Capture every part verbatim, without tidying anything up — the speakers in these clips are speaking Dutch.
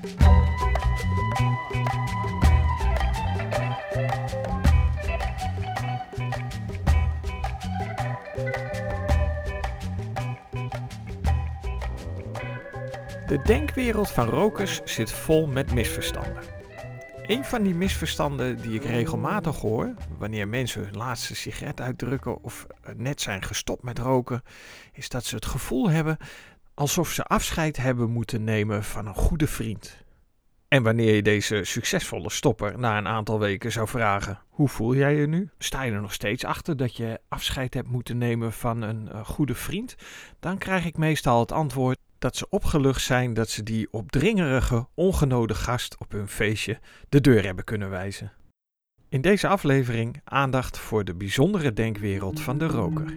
De denkwereld van rokers zit vol met misverstanden. Een van die misverstanden die ik regelmatig hoor, wanneer mensen hun laatste sigaret uitdrukken of net zijn gestopt met roken, is dat ze het gevoel hebben alsof ze afscheid hebben moeten nemen van een goede vriend. En wanneer je deze succesvolle stopper na een aantal weken zou vragen, hoe voel jij je nu? Sta je er nog steeds achter dat je afscheid hebt moeten nemen van een uh, goede vriend? Dan krijg ik meestal het antwoord dat ze opgelucht zijn dat ze die opdringerige, ongenode gast op hun feestje de deur hebben kunnen wijzen. In deze aflevering aandacht voor de bijzondere denkwereld van de roker.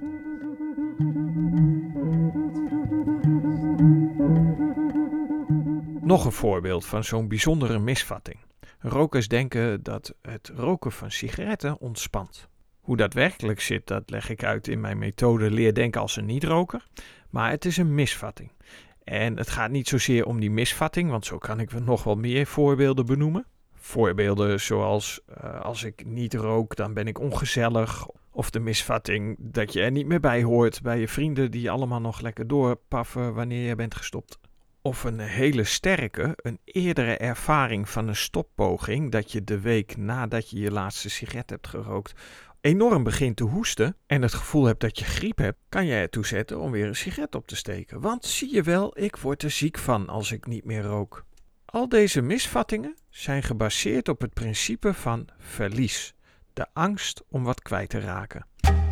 Nog een voorbeeld van zo'n bijzondere misvatting. Rokers denken dat het roken van sigaretten ontspant. Hoe dat werkelijk zit, dat leg ik uit in mijn methode Leer denken als een niet-roker. Maar het is een misvatting. En het gaat niet zozeer om die misvatting, want zo kan ik nog wel meer voorbeelden benoemen. Voorbeelden zoals uh, als ik niet rook, dan ben ik ongezellig. Of de misvatting dat je er niet meer bij hoort bij je vrienden die allemaal nog lekker doorpaffen wanneer je bent gestopt. Of een hele sterke, een eerdere ervaring van een stoppoging dat je de week nadat je je laatste sigaret hebt gerookt enorm begint te hoesten en het gevoel hebt dat je griep hebt, kan je ertoe zetten om weer een sigaret op te steken. Want zie je wel, ik word er ziek van als ik niet meer rook. Al deze misvattingen zijn gebaseerd op het principe van verlies, de angst om wat kwijt te raken.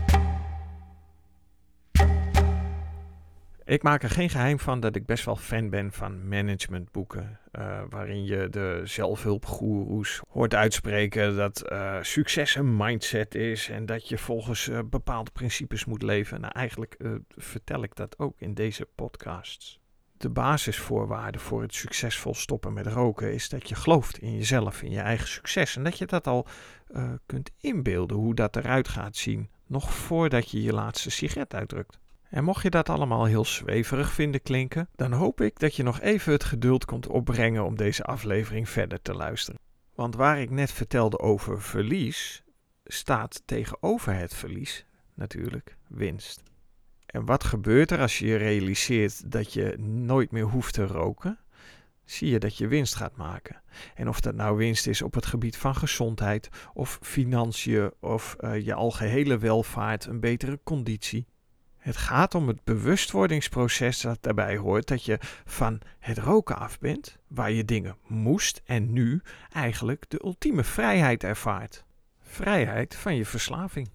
Ik maak er geen geheim van dat ik best wel fan ben van managementboeken, uh, waarin je de zelfhulpgoeroes hoort uitspreken dat uh, succes een mindset is en dat je volgens uh, bepaalde principes moet leven. Nou, eigenlijk uh, vertel ik dat ook in deze podcasts. De basisvoorwaarde voor het succesvol stoppen met roken is dat je gelooft in jezelf, in je eigen succes en dat je dat al uh, kunt inbeelden hoe dat eruit gaat zien, nog voordat je je laatste sigaret uitdrukt. En mocht je dat allemaal heel zweverig vinden klinken, dan hoop ik dat je nog even het geduld komt opbrengen om deze aflevering verder te luisteren. Want waar ik net vertelde over verlies, staat tegenover het verlies natuurlijk winst. En wat gebeurt er als je realiseert dat je nooit meer hoeft te roken? Zie je dat je winst gaat maken. En of dat nou winst is op het gebied van gezondheid of financiën of uh, je algehele welvaart, een betere conditie. Het gaat om het bewustwordingsproces dat daarbij hoort dat je van het roken af bent, waar je dingen moest en nu eigenlijk de ultieme vrijheid ervaart. Vrijheid van je verslaving.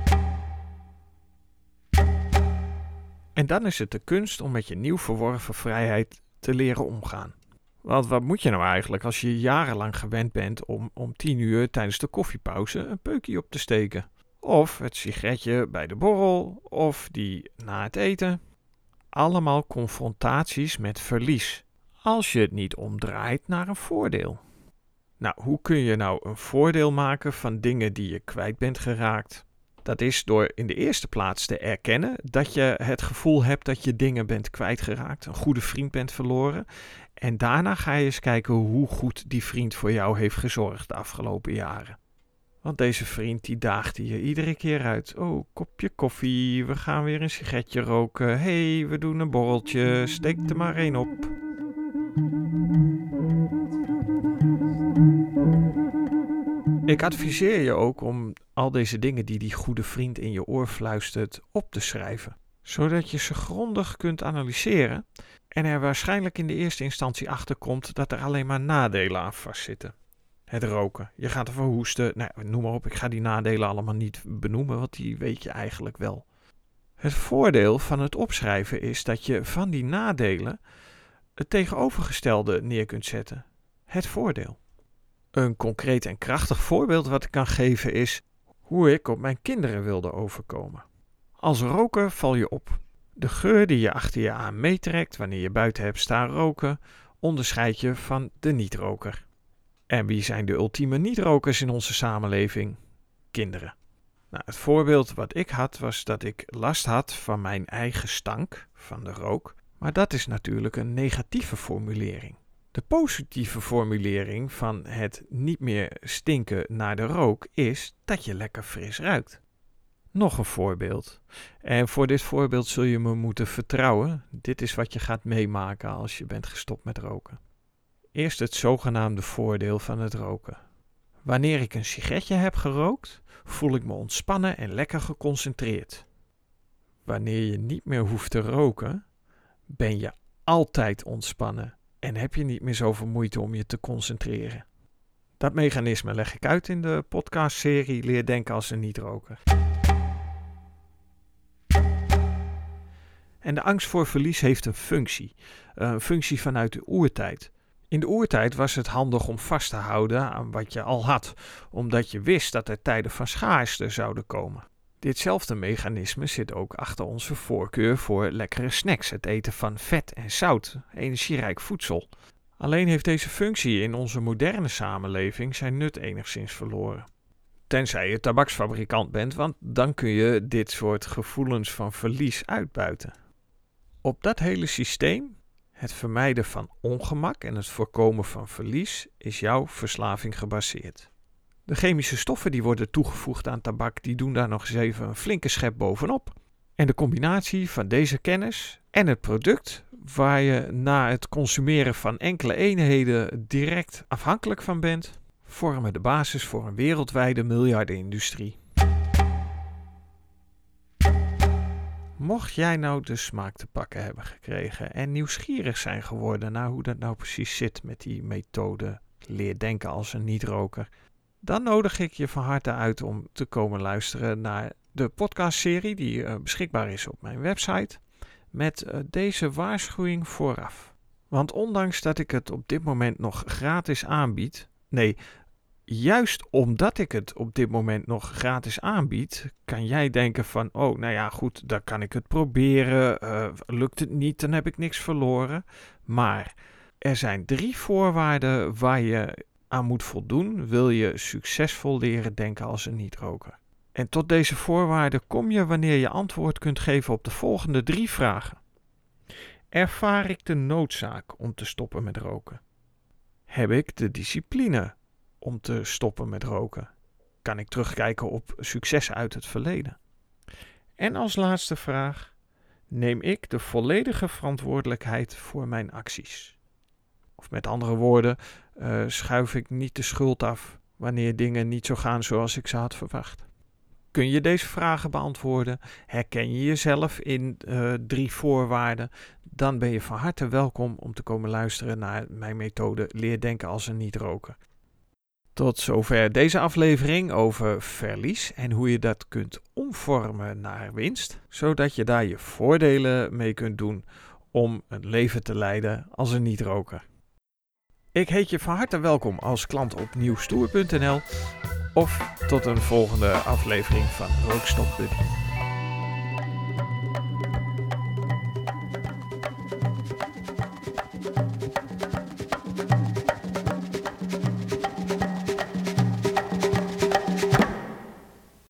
En dan is het de kunst om met je nieuw verworven vrijheid te leren omgaan. Want wat moet je nou eigenlijk als je jarenlang gewend bent om om tien uur tijdens de koffiepauze een peukje op te steken? Of het sigaretje bij de borrel, of die na het eten. Allemaal confrontaties met verlies, als je het niet omdraait naar een voordeel. Nou, hoe kun je nou een voordeel maken van dingen die je kwijt bent geraakt? Dat is door in de eerste plaats te erkennen dat je het gevoel hebt dat je dingen bent kwijtgeraakt, een goede vriend bent verloren. En daarna ga je eens kijken hoe goed die vriend voor jou heeft gezorgd de afgelopen jaren. Want deze vriend die daagde je iedere keer uit. Oh, kopje koffie, we gaan weer een sigaretje roken. Hé, hey, we doen een borreltje, steek er maar één op. Ik adviseer je ook om al deze dingen die die goede vriend in je oor fluistert op te schrijven. Zodat je ze grondig kunt analyseren en er waarschijnlijk in de eerste instantie achter komt dat er alleen maar nadelen aan vastzitten. Het roken, je gaat ervan hoesten, nou, noem maar op, ik ga die nadelen allemaal niet benoemen, want die weet je eigenlijk wel. Het voordeel van het opschrijven is dat je van die nadelen het tegenovergestelde neer kunt zetten. Het voordeel. Een concreet en krachtig voorbeeld wat ik kan geven is hoe ik op mijn kinderen wilde overkomen. Als roker val je op. De geur die je achter je aan meetrekt wanneer je buiten hebt staan roken, onderscheid je van de niet-roker. En wie zijn de ultieme niet-rokers in onze samenleving? Kinderen. Nou, het voorbeeld wat ik had was dat ik last had van mijn eigen stank, van de rook. Maar dat is natuurlijk een negatieve formulering. De positieve formulering van het niet meer stinken naar de rook is dat je lekker fris ruikt. Nog een voorbeeld. En voor dit voorbeeld zul je me moeten vertrouwen. Dit is wat je gaat meemaken als je bent gestopt met roken. Eerst het zogenaamde voordeel van het roken. Wanneer ik een sigaretje heb gerookt, voel ik me ontspannen en lekker geconcentreerd. Wanneer je niet meer hoeft te roken, ben je altijd ontspannen en heb je niet meer zoveel moeite om je te concentreren. Dat mechanisme leg ik uit in de podcastserie Leer denken als een niet-roker. En de angst voor verlies heeft een functie, een functie vanuit de oertijd. In de oertijd was het handig om vast te houden aan wat je al had, omdat je wist dat er tijden van schaarste zouden komen. Ditzelfde mechanisme zit ook achter onze voorkeur voor lekkere snacks, het eten van vet en zout, energierijk voedsel. Alleen heeft deze functie in onze moderne samenleving zijn nut enigszins verloren. Tenzij je tabaksfabrikant bent, want dan kun je dit soort gevoelens van verlies uitbuiten. Op dat hele systeem, het vermijden van ongemak en het voorkomen van verlies, is jouw verslaving gebaseerd. De chemische stoffen die worden toegevoegd aan tabak, die doen daar nog eens even een flinke schep bovenop. En de combinatie van deze kennis en het product, waar je na het consumeren van enkele eenheden direct afhankelijk van bent, vormen de basis voor een wereldwijde miljardenindustrie. Mocht jij nou de smaak te pakken hebben gekregen en nieuwsgierig zijn geworden naar hoe dat nou precies zit met die methode leer denken als een niet-roker, dan nodig ik je van harte uit om te komen luisteren naar de podcastserie die uh, beschikbaar is op mijn website met uh, deze waarschuwing vooraf. Want ondanks dat ik het op dit moment nog gratis aanbied, nee, juist omdat ik het op dit moment nog gratis aanbied, kan jij denken van, oh, nou ja, goed, dan kan ik het proberen. Uh, lukt het niet, dan heb ik niks verloren. Maar er zijn drie voorwaarden waar je aan moet voldoen, wil je succesvol leren denken als een niet-roker. En tot deze voorwaarden kom je wanneer je antwoord kunt geven op de volgende drie vragen. Ervaar ik de noodzaak om te stoppen met roken? Heb ik de discipline om te stoppen met roken? Kan ik terugkijken op successen uit het verleden? En als laatste vraag, neem ik de volledige verantwoordelijkheid voor mijn acties? Of met andere woorden, uh, schuif ik niet de schuld af wanneer dingen niet zo gaan zoals ik ze had verwacht? Kun je deze vragen beantwoorden? Herken je jezelf in uh, drie voorwaarden? Dan ben je van harte welkom om te komen luisteren naar mijn methode Leer denken als een niet-roker. Tot zover deze aflevering over verlies en hoe je dat kunt omvormen naar winst, zodat je daar je voordelen mee kunt doen om een leven te leiden als een niet-roker. Ik heet je van harte welkom als klant op nieuwstoer punt n l of tot een volgende aflevering van Rookstop Buddy.